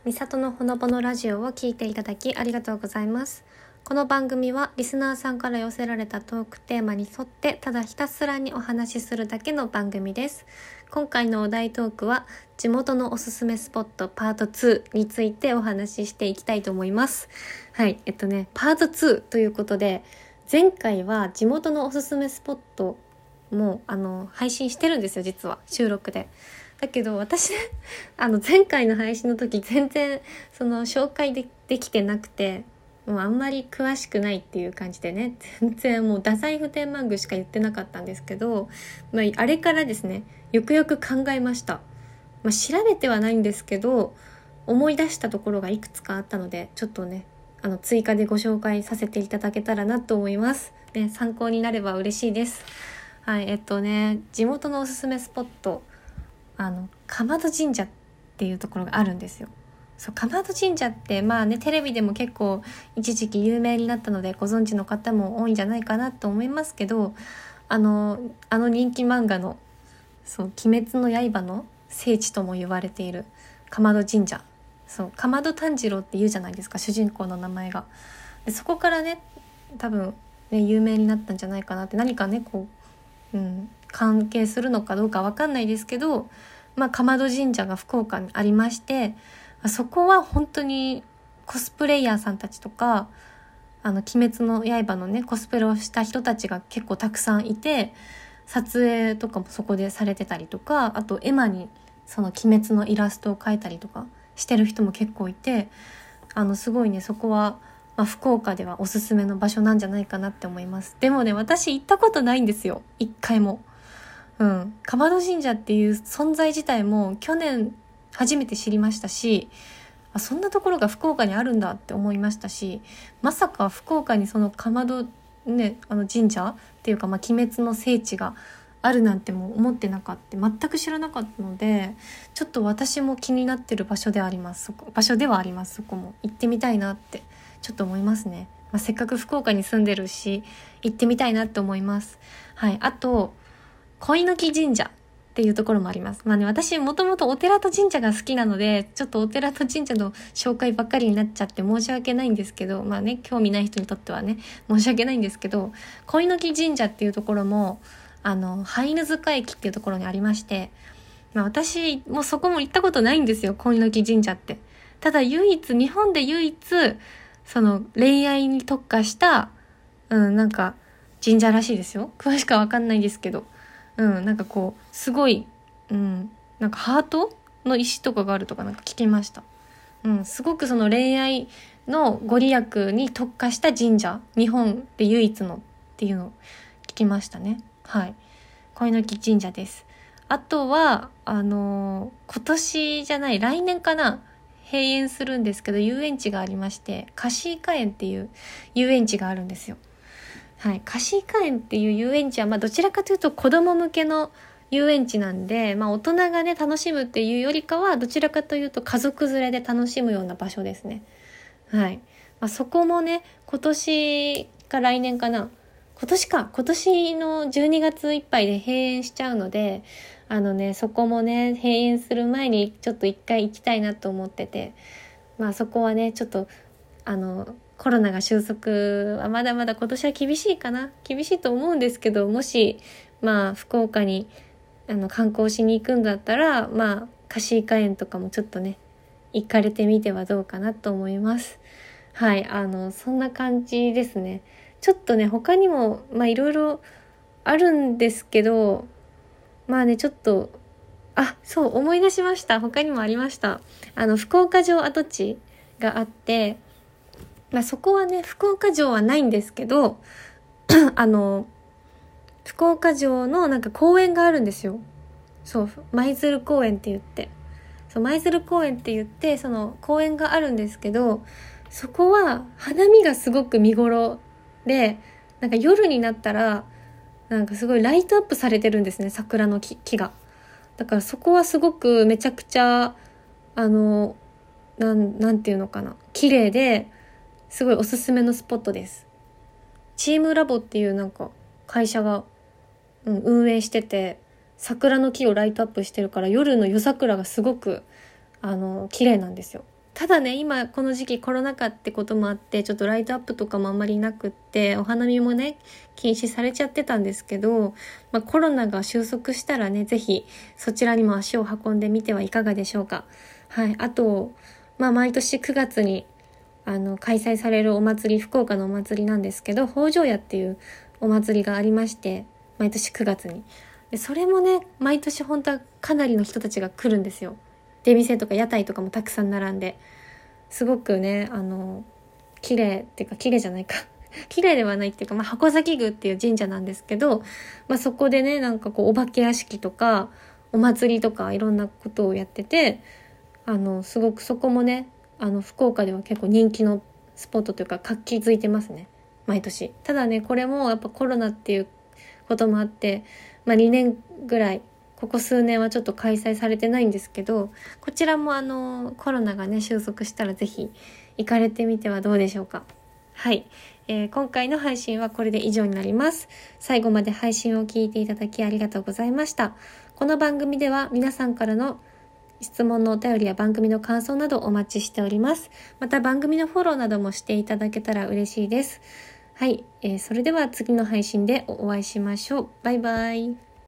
みさとのほのぼのラジオを聞いていただきありがとうございます。この番組はリスナーさんから寄せられたトークテーマに沿ってただひたすらにお話しするだけの番組です。今回のお題トークは地元のおすすめスポットパート2についてお話ししていきたいと思います。はい、パート2ということで、前回は地元のおすすめスポットも配信してるんですよ、実は収録で。だけど私前回の配信の時全然その紹介できてなくて、もうあんまり詳しくないっていう感じでね、全然もう太宰府天満宮しか言ってなかったんですけど、あれからですね、よくよく考えました。調べてはないんですけど、思い出したところがいくつかあったので、ちょっとね追加でご紹介させていただけたらなと思います、ね、参考になれば嬉しいです。はい、地元のおすすめスポット、竈門神社っていうところがあるんですよ。そう、竈門神社ってテレビでも結構一時期有名になったのでご存知の方も多いんじゃないかなと思いますけど、人気漫画の鬼滅の刃の聖地とも言われている竈門神社、竈門炭治郎って言うじゃないですか、主人公の名前が。でそこからね、多分ね有名になったんじゃないかなって、何かね関係するのかどうか分かんないですけど、竈門神社が福岡にありまして、そこは本当にコスプレイヤーさんたちとか、鬼滅の刃のねコスプレをした人たちが結構たくさんいて、撮影とかもそこでされてたりとか、あと絵馬にその鬼滅のイラストを描いたりとかしてる人も結構いて、すごいね、そこは福岡ではおすすめの場所なんじゃないかなって思います。でもね、私行ったことないんですよ、一回も。竈門神社っていう存在自体も去年初めて知りましたし、そんなところが福岡にあるんだって思いましたし、まさか福岡にその竈門ね、神社っていうか、鬼滅の聖地があるなんても思ってなかった、全く知らなかったので、ちょっと私も気になってる場所ではあります。そこも行ってみたいなってちょっと思いますね。せっかく福岡に住んでるし行ってみたいなって思います。はい、あと恋の木神社っていうところもあります。私もともとお寺と神社が好きなので、ちょっとお寺と神社の紹介ばっかりになっちゃって申し訳ないんですけど、興味ない人にとってはね申し訳ないんですけど、恋の木神社っていうところも灰犬塚駅っていうところにありまして、私もそこも行ったことないんですよ、恋の木神社って。ただ日本で唯一その恋愛に特化した神社らしいですよ。詳しくは分かんないですけど、すごい、ハートの石とかがあるとか聞きました。すごくその恋愛のご利益に特化した神社、日本で唯一のっていうのを聞きましたね。はい、恋の木神社です。あとは今年じゃない、来年かな、閉園するんですけど遊園地がありまして、かしいか園っていう遊園地があるんですよ。はい、かしいか園っていう遊園地はどちらかというと子供向けの遊園地なんで、大人がね楽しむっていうよりかはどちらかというと家族連れで楽しむような場所ですね。はい、そこもね今年か来年かな、今年の12月いっぱいで閉園しちゃうので、そこもね閉園する前にちょっと一回行きたいなと思ってて、そこはねちょっとコロナが収束はまだまだ今年は厳しいと思うんですけど、もし福岡に観光しに行くんだったらかしいか園とかもちょっとね行かれてみてはどうかなと思います。はい、そんな感じですね。ちょっとね他にもいろいろあるんですけど、ちょっとそう思い出しました。他にもありました。福岡城跡地があって、そこはね福岡城はないんですけど福岡城の公園があるんですよ。舞鶴公園って言って、舞鶴公園って言ってその公園があるんですけど、そこは花見がすごく見頃で、夜になったらすごいライトアップされてるんですね、桜の木が。だからそこはすごくめちゃくちゃなんていうのかな、綺麗ですごいおすすめのスポットです。チームラボっていう会社が、運営してて、桜の木をライトアップしてるから夜の夜桜がすごく綺麗なんですよ。 ただね、今この時期コロナ禍ってこともあって、ちょっとライトアップとかもあんまりなくって、お花見もね禁止されちゃってたんですけど、コロナが収束したらね、ぜひそちらにも足を運んでみてはいかがでしょうか。はい。あと、毎年9月に開催されるお祭り、福岡のお祭りなんですけど、北条屋っていうお祭りがありまして、毎年9月に。でそれもね、毎年本当はかなりの人たちが来るんですよ。出店とか屋台とかもたくさん並んで、すごくね、綺麗っていうか、綺麗じゃないか綺麗ではないっていうか、箱崎宮っていう神社なんですけど、そこでね、なんかこうお化け屋敷とかお祭りとかいろんなことをやってて、すごくそこもね、福岡では結構人気のスポットというか活気づいてますね、毎年。ただね、これもやっぱコロナっていうこともあって、2年ぐらい、ここ数年はちょっと開催されてないんですけど、こちらもコロナがね収束したらぜひ行かれてみてはどうでしょうか。はい、今回の配信はこれで以上になります。最後まで配信を聞いていただきありがとうございました。この番組では皆さんからの質問のお便りや番組の感想などお待ちしております。また番組のフォローなどもしていただけたら嬉しいです。はい、それでは次の配信でお会いしましょう。バイバイ。